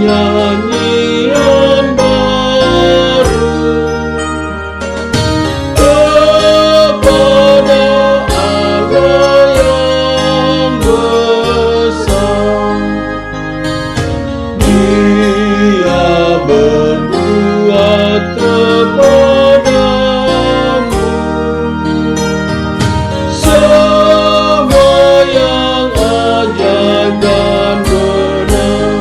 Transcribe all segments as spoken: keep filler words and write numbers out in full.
nyanyian baru kepada Allah yang besar. Dia berbuat kepadamu semua yang ajaib dan benar,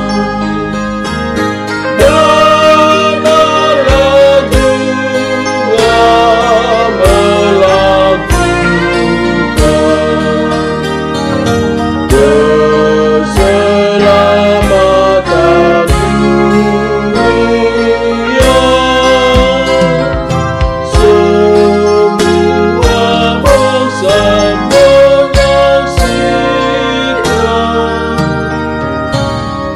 dan Allah juga melakukan keselamatan dunia. Semua bangsa menyaksikan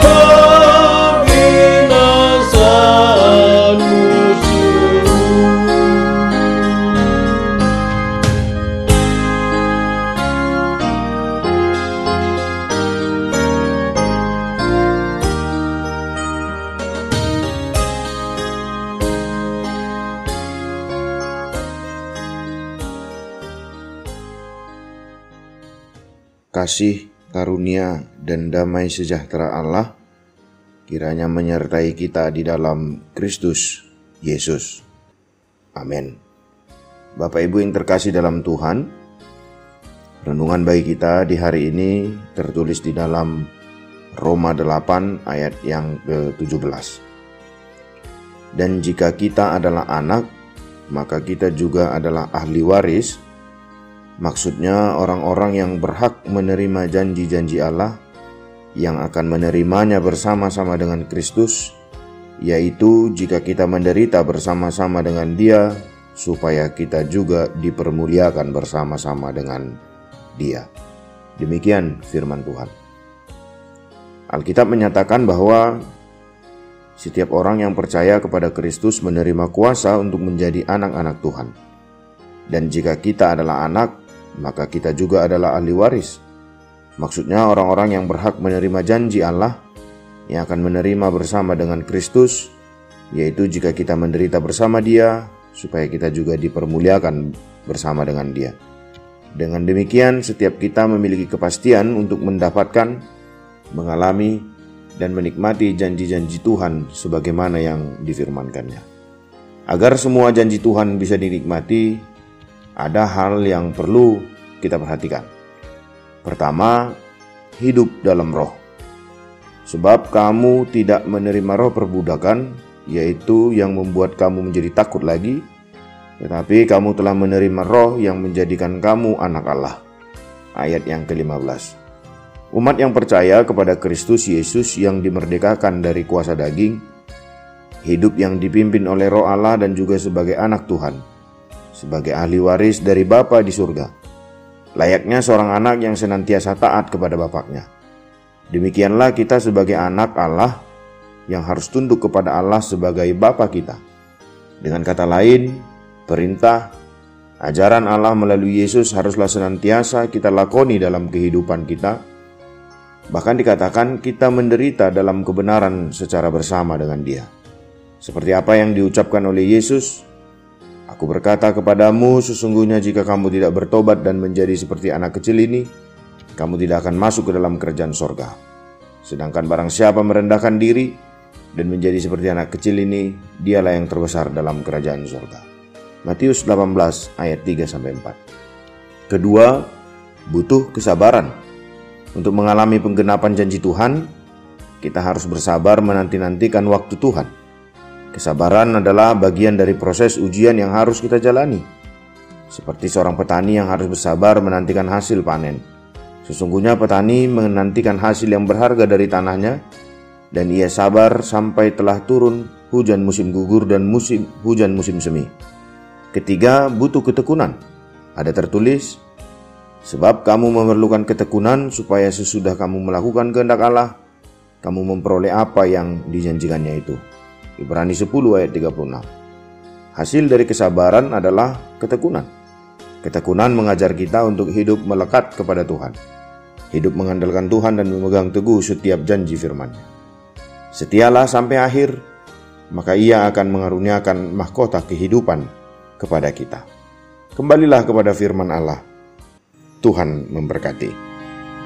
kebinasaan musuh. Kasih, karunia, dan damai sejahtera Allah kiranya menyertai kita di dalam Kristus Yesus. Amin. Bapak Ibu yang terkasih dalam Tuhan, renungan bagi kita di hari ini tertulis di dalam Roma delapan ayat yang ke tujuh belas. Dan jika kita adalah anak, maka kita juga adalah ahli waris. Maksudnya orang-orang yang berhak menerima janji-janji Allah yang akan menerimanya bersama-sama dengan Kristus, yaitu jika kita menderita bersama-sama dengan Dia, supaya kita juga dipermuliakan bersama-sama dengan Dia. Demikian firman Tuhan. Alkitab menyatakan bahwa setiap orang yang percaya kepada Kristus menerima kuasa untuk menjadi anak-anak Tuhan. Dan jika kita adalah anak, maka kita juga adalah ahli waris. Maksudnya orang-orang yang berhak menerima janji Allah yang akan menerima bersama dengan Kristus, yaitu jika kita menderita bersama Dia, supaya kita juga dipermuliakan bersama dengan Dia. Dengan demikian, setiap kita memiliki kepastian untuk mendapatkan, mengalami, dan menikmati janji-janji Tuhan sebagaimana yang difirmankannya. Agar semua janji Tuhan bisa dinikmati, ada hal yang perlu kita perhatikan. Pertama, hidup dalam roh. Sebab kamu tidak menerima roh perbudakan, yaitu yang membuat kamu menjadi takut lagi, tetapi kamu telah menerima roh yang menjadikan kamu anak Allah. Ayat yang kelima belas. Umat yang percaya kepada Kristus Yesus yang dimerdekakan dari kuasa daging, hidup yang dipimpin oleh Roh Allah dan juga sebagai anak Tuhan, sebagai ahli waris dari Bapa di surga, layaknya seorang anak yang senantiasa taat kepada bapaknya. Demikianlah kita sebagai anak Allah yang harus tunduk kepada Allah sebagai Bapa kita. Dengan kata lain, perintah, ajaran Allah melalui Yesus haruslah senantiasa kita lakoni dalam kehidupan kita. Bahkan dikatakan kita menderita dalam kebenaran secara bersama dengan Dia. Seperti apa yang diucapkan oleh Yesus, Aku berkata kepadamu, sesungguhnya jika kamu tidak bertobat dan menjadi seperti anak kecil ini, kamu tidak akan masuk ke dalam kerajaan sorga. Sedangkan barang siapa merendahkan diri dan menjadi seperti anak kecil ini, dialah yang terbesar dalam kerajaan sorga. Matius delapan belas ayat tiga sampai empat. Kedua, butuh kesabaran. Untuk mengalami penggenapan janji Tuhan, kita harus bersabar menanti-nantikan waktu Tuhan. Kesabaran adalah bagian dari proses ujian yang harus kita jalani. Seperti seorang petani yang harus bersabar menantikan hasil panen. Sesungguhnya petani menantikan hasil yang berharga dari tanahnya, dan ia sabar sampai telah turun hujan musim gugur dan musim hujan musim semi. Ketiga, butuh ketekunan. Ada tertulis, sebab kamu memerlukan ketekunan supaya sesudah kamu melakukan kehendak Allah, kamu memperoleh apa yang dijanjikannya itu. Ibrani sepuluh ayat tiga puluh enam. Hasil dari kesabaran adalah ketekunan. Ketekunan mengajar kita untuk hidup melekat kepada Tuhan, hidup mengandalkan Tuhan dan memegang teguh setiap janji firman-Nya. Setialah sampai akhir, maka Ia akan mengaruniakan mahkota kehidupan kepada kita. Kembalilah kepada firman Allah. Tuhan memberkati.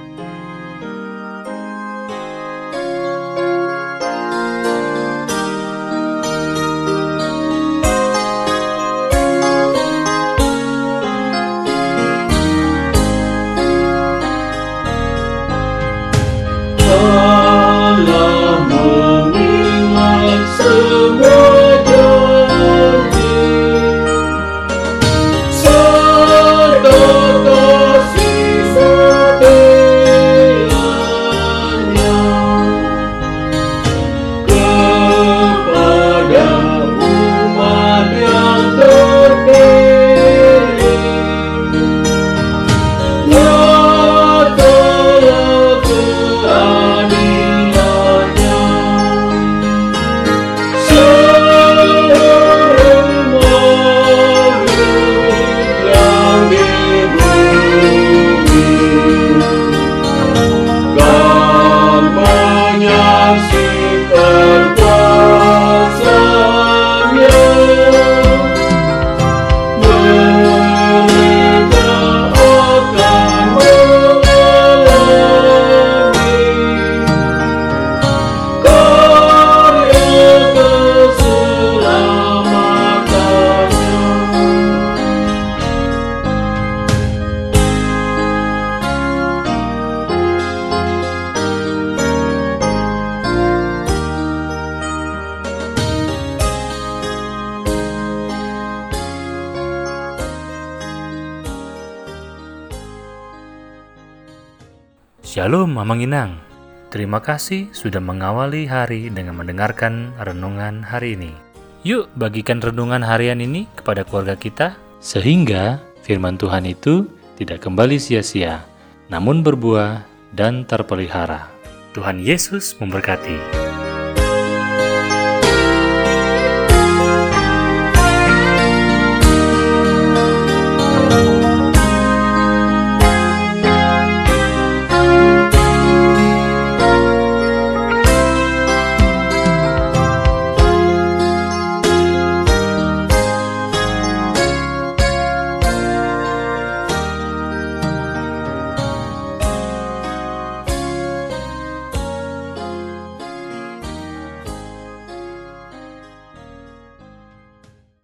Allah mengingat semua janji serta kasih setianya kepada umat yang terpilih. Shalom Mamang Inang. Terima kasih sudah mengawali hari dengan mendengarkan renungan hari ini. Yuk bagikan renungan harian ini kepada keluarga kita, sehingga firman Tuhan itu tidak kembali sia-sia, namun berbuah dan terpelihara. Tuhan Yesus memberkati.